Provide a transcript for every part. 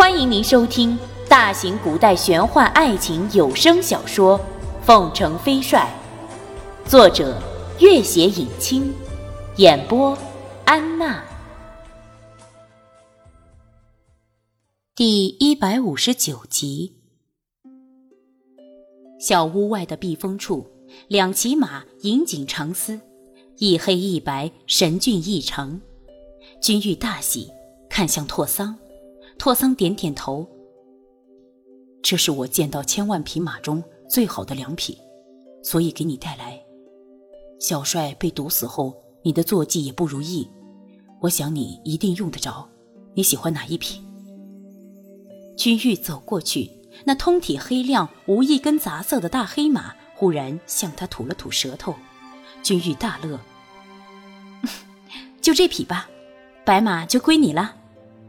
欢迎您收听大型古代玄幻爱情有声小说《凤城飞帅》，作者月写影清，演播安娜。第159集。小屋外的避风处，两骑马引颈长嘶，一黑一白，神俊异常。君玉大喜，看向拓桑，拓桑点点头。这是我见到千万匹马中最好的2匹，所以给你带来。小帅被毒死后，你的坐骑也不如意，我想你一定用得着。你喜欢哪一匹？君玉走过去，那通体黑亮无一根杂色的大黑马忽然向他吐了吐舌头。君玉大乐，就这匹吧，白马就归你了。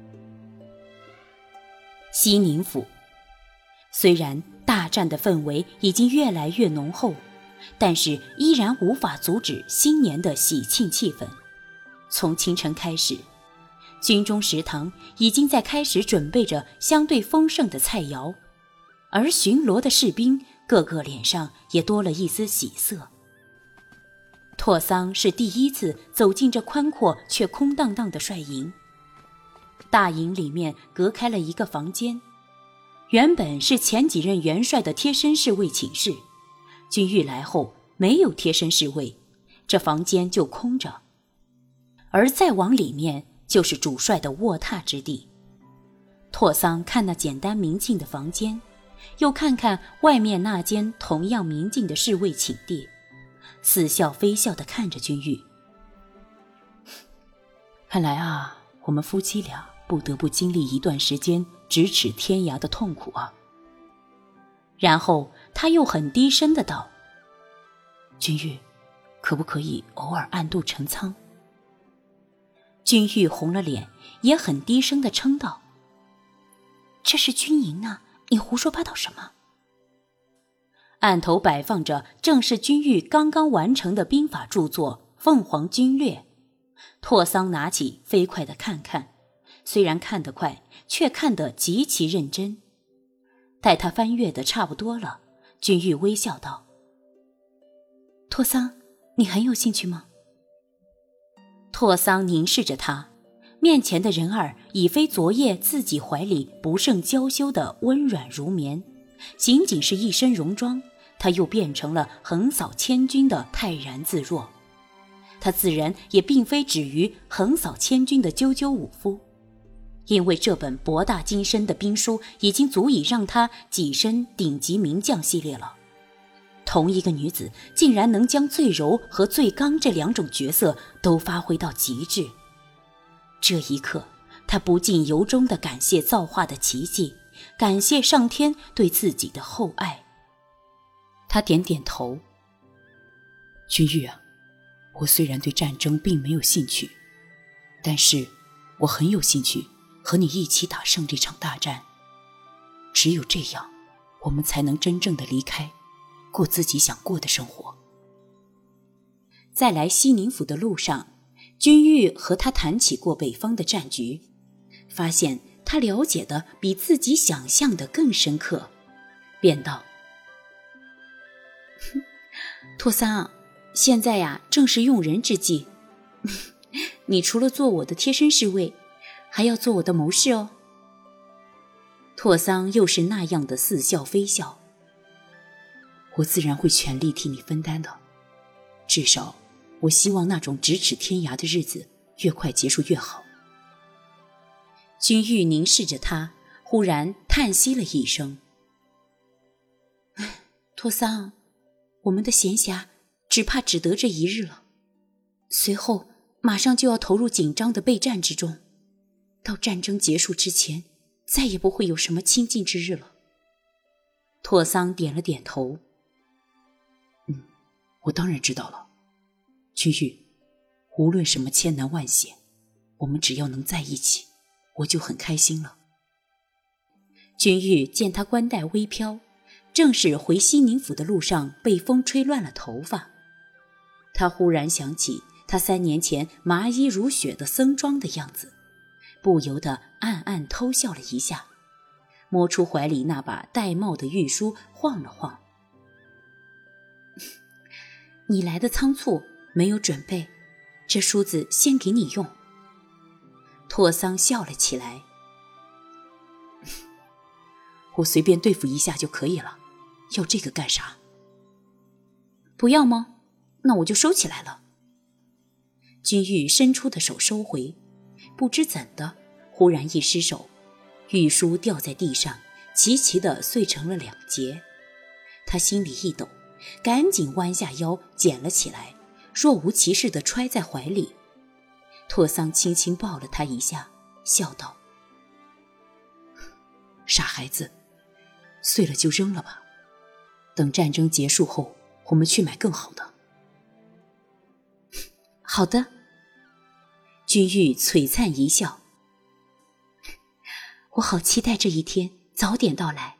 西宁府，虽然大战的氛围已经越来越浓厚，但是依然无法阻止新年的喜庆气氛。从清晨开始，军中食堂已经在开始准备着相对丰盛的菜肴，而巡逻的士兵个个脸上也多了一丝喜色。拓桑是第一次走进这宽阔却空荡荡的帅营。大营里面隔开了一个房间，原本是前几任元帅的贴身侍卫寝室，君玉来后没有贴身侍卫，这房间就空着。而再往里面就是主帅的卧榻之地。拓桑看那简单明净的房间，又看看外面那间同样明净的侍卫寝地，似笑非笑地看着君玉。看来啊，我们夫妻俩不得不经历一段时间咫尺天涯的痛苦啊。然后他又很低声地道，君玉，可不可以偶尔暗度陈仓？君玉红了脸，也很低声地称道，这是军营呢，你胡说八道什么？案头摆放着正是君玉刚刚完成的兵法著作《凤凰军略》。拓桑拿起飞快地看看，虽然看得快，却看得极其认真。待他翻阅得差不多了，君玉微笑道，拓桑，你很有兴趣吗？拓桑凝视着他，面前的人儿已非昨夜自己怀里不胜娇羞的温软如绵，仅仅是一身戎装，他又变成了横扫千军的泰然自若。他自然也并非止于横扫千军的赳赳武夫，因为这本博大精深的兵书已经足以让他跻身顶级名将系列了。同一个女子竟然能将最柔和最刚这2种角色都发挥到极致。这一刻，他不禁由衷地感谢造化的奇迹，感谢上天对自己的厚爱。他点点头，君玉啊，我虽然对战争并没有兴趣，但是我很有兴趣和你一起打胜这场大战。只有这样，我们才能真正的离开，过自己想过的生活。在来西宁府的路上，君玉和他谈起过北方的战局，发现他了解的比自己想象的更深刻，便道，拓桑，现在呀，正是用人之际，你除了做我的贴身侍卫，还要做我的谋士哦。拓桑又是那样的似笑非笑，我自然会全力替你分担的，至少我希望那种咫尺天涯的日子越快结束越好。君玉凝视着他，忽然叹息了一声，拓桑，我们的闲暇只怕只得这一日了，随后马上就要投入紧张的备战之中，到战争结束之前，再也不会有什么清静之日了。拓桑点了点头，我当然知道了。君玉，无论什么千难万险，我们只要能在一起，我就很开心了。君玉见他冠带微飘，正是回西宁府的路上被风吹乱了头发。他忽然想起他3年前麻衣如雪的僧装的样子，不由得暗暗偷笑了一下， 摸出怀里那把玳瑁的玉梳晃了晃。你来的仓促，没有准备，这梳子先给你用。拓桑笑了起来。我随便对付一下就可以了，要这个干啥？不要吗？那我就收起来了。君玉伸出的手收回，不知怎的，忽然一失手，玉梳掉在地上，齐齐地碎成了2截。他心里一抖，赶紧弯下腰捡了起来，若无其事地揣在怀里。拓桑轻轻抱了他一下，笑道：傻孩子，碎了就扔了吧，等战争结束后，我们去买更好的。好的。君玉璀璨一笑，我好期待这一天早点到来。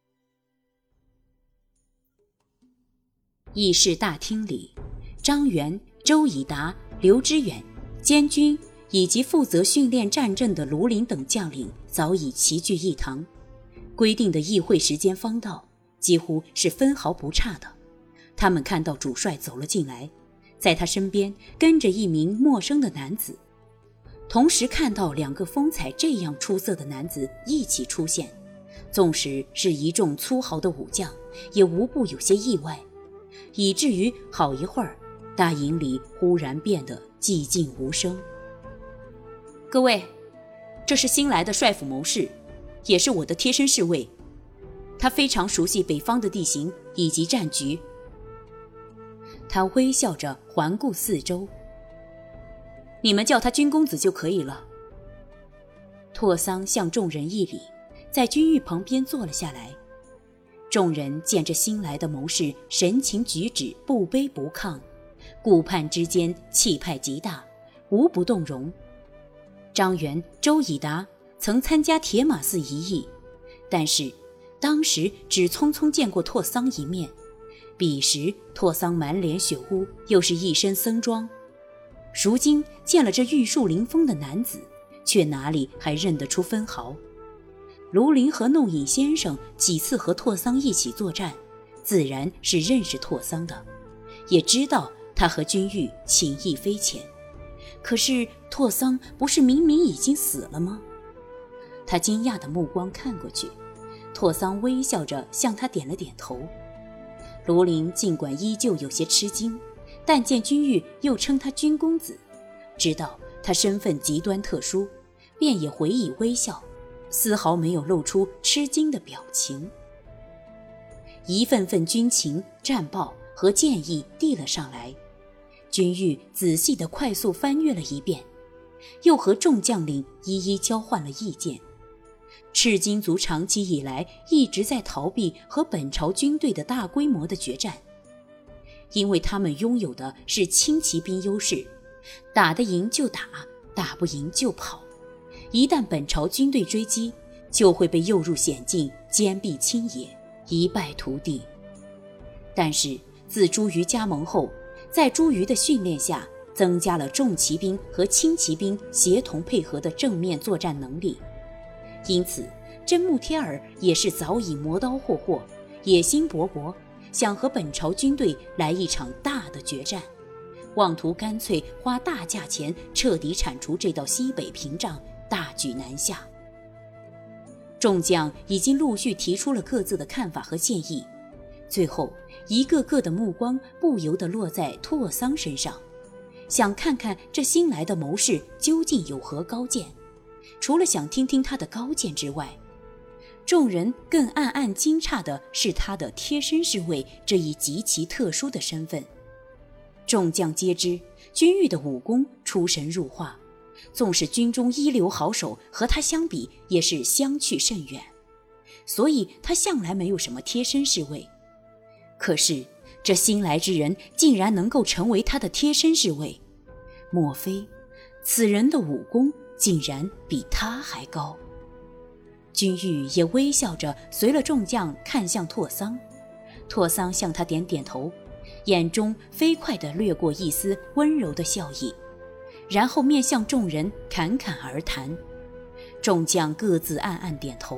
议事大厅里，张元、周以达、刘知远、监军以及负责训练战阵的卢林等将领早已齐聚一堂，规定的议会时间方到，几乎是分毫不差的。他们看到主帅走了进来，在他身边跟着一名陌生的男子，同时看到2个风采这样出色的男子一起出现，纵使是一众粗豪的武将，也无不有些意外，以至于好一会儿，大营里忽然变得寂静无声。各位，这是新来的帅府谋士，也是我的贴身侍卫，他非常熟悉北方的地形以及战局。他微笑着环顾四周，你们叫他君公子就可以了。拓桑向众人一礼，在君玉旁边坐了下来。众人见这新来的谋士神情举止不卑不亢，顾盼之间气派极大，无不动容。张元、周以达曾参加铁马寺一役，但是当时只匆匆见过拓桑一面，彼时拓桑满脸血污，又是一身僧装，如今见了这玉树临风的男子，却哪里还认得出分毫。卢林和弄影先生几次和拓桑一起作战，自然是认识拓桑的，也知道他和君玉情谊非浅。可是拓桑不是明明已经死了吗？他惊讶的目光看过去，拓桑微笑着向他点了点头。卢林尽管依旧有些吃惊，但见君玉又称他君公子，知道他身份极端特殊，便也回以微笑，丝毫没有露出吃惊的表情。一份份军情、战报和建议递了上来，君玉仔细地快速翻阅了一遍，又和众将领一一交换了意见。赤金族长期以来一直在逃避和本朝军队的大规模的决战，因为他们拥有的是轻骑兵优势，打得赢就打，打不赢就跑。一旦本朝军队追击，就会被诱入险境，坚壁清野，一败涂地。但是自朱瑜加盟后，在朱瑜的训练下，增加了重骑兵和轻骑兵协同配合的正面作战能力。因此真木贴尔也是早已磨刀霍霍，野心勃勃，想和本朝军队来一场大的决战，妄图干脆花大价钱彻底铲除这道西北屏障，大举南下。众将已经陆续提出了各自的看法和建议，最后一个个的目光不由得落在拓桑身上，想看看这新来的谋士究竟有何高见。除了想听听他的高见之外，众人更暗暗惊诧的是他的贴身侍卫这一极其特殊的身份。众将皆知君玉的武功出神入化，纵使军中一流好手和他相比也是相去甚远，所以他向来没有什么贴身侍卫。可是这新来之人竟然能够成为他的贴身侍卫，莫非此人的武功竟然比他还高？君玉也微笑着随了众将看向拓桑，拓桑向他点点头，眼中飞快地掠过一丝温柔的笑意，然后面向众人侃侃而谈。众将各自暗暗点头，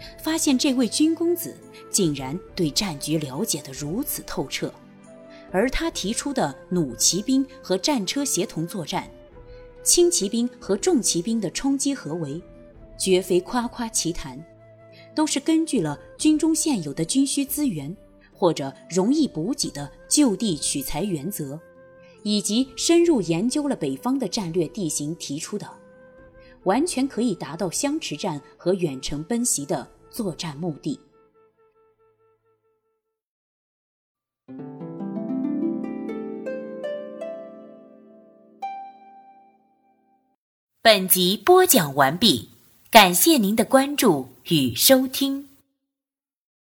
发现这位军公子竟然对战局了解得如此透彻，而他提出的弩骑兵和战车协同作战，轻骑兵和重骑兵的冲击合围，绝非夸夸其谈，都是根据了军中现有的军需资源或者容易补给的就地取材原则，以及深入研究了北方的战略地形提出的，完全可以达到相持战和远程奔袭的作战目的。本集播讲完毕，感谢您的关注与收听。